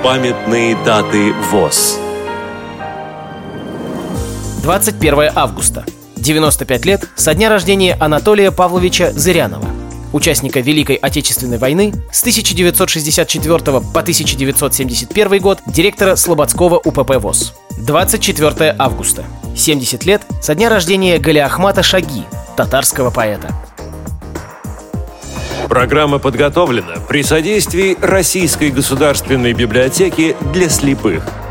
Памятные даты ВОС. 21 августа. 95 лет со дня рождения Анатолия Павловича Зырянова, участника Великой Отечественной войны, с 1964 по 1971 год директора Слободского УПП ВОС. 24 августа. 70 лет со дня рождения Галиахмата Шаги, татарского поэта. Программа подготовлена при содействии Российской государственной библиотеки для слепых.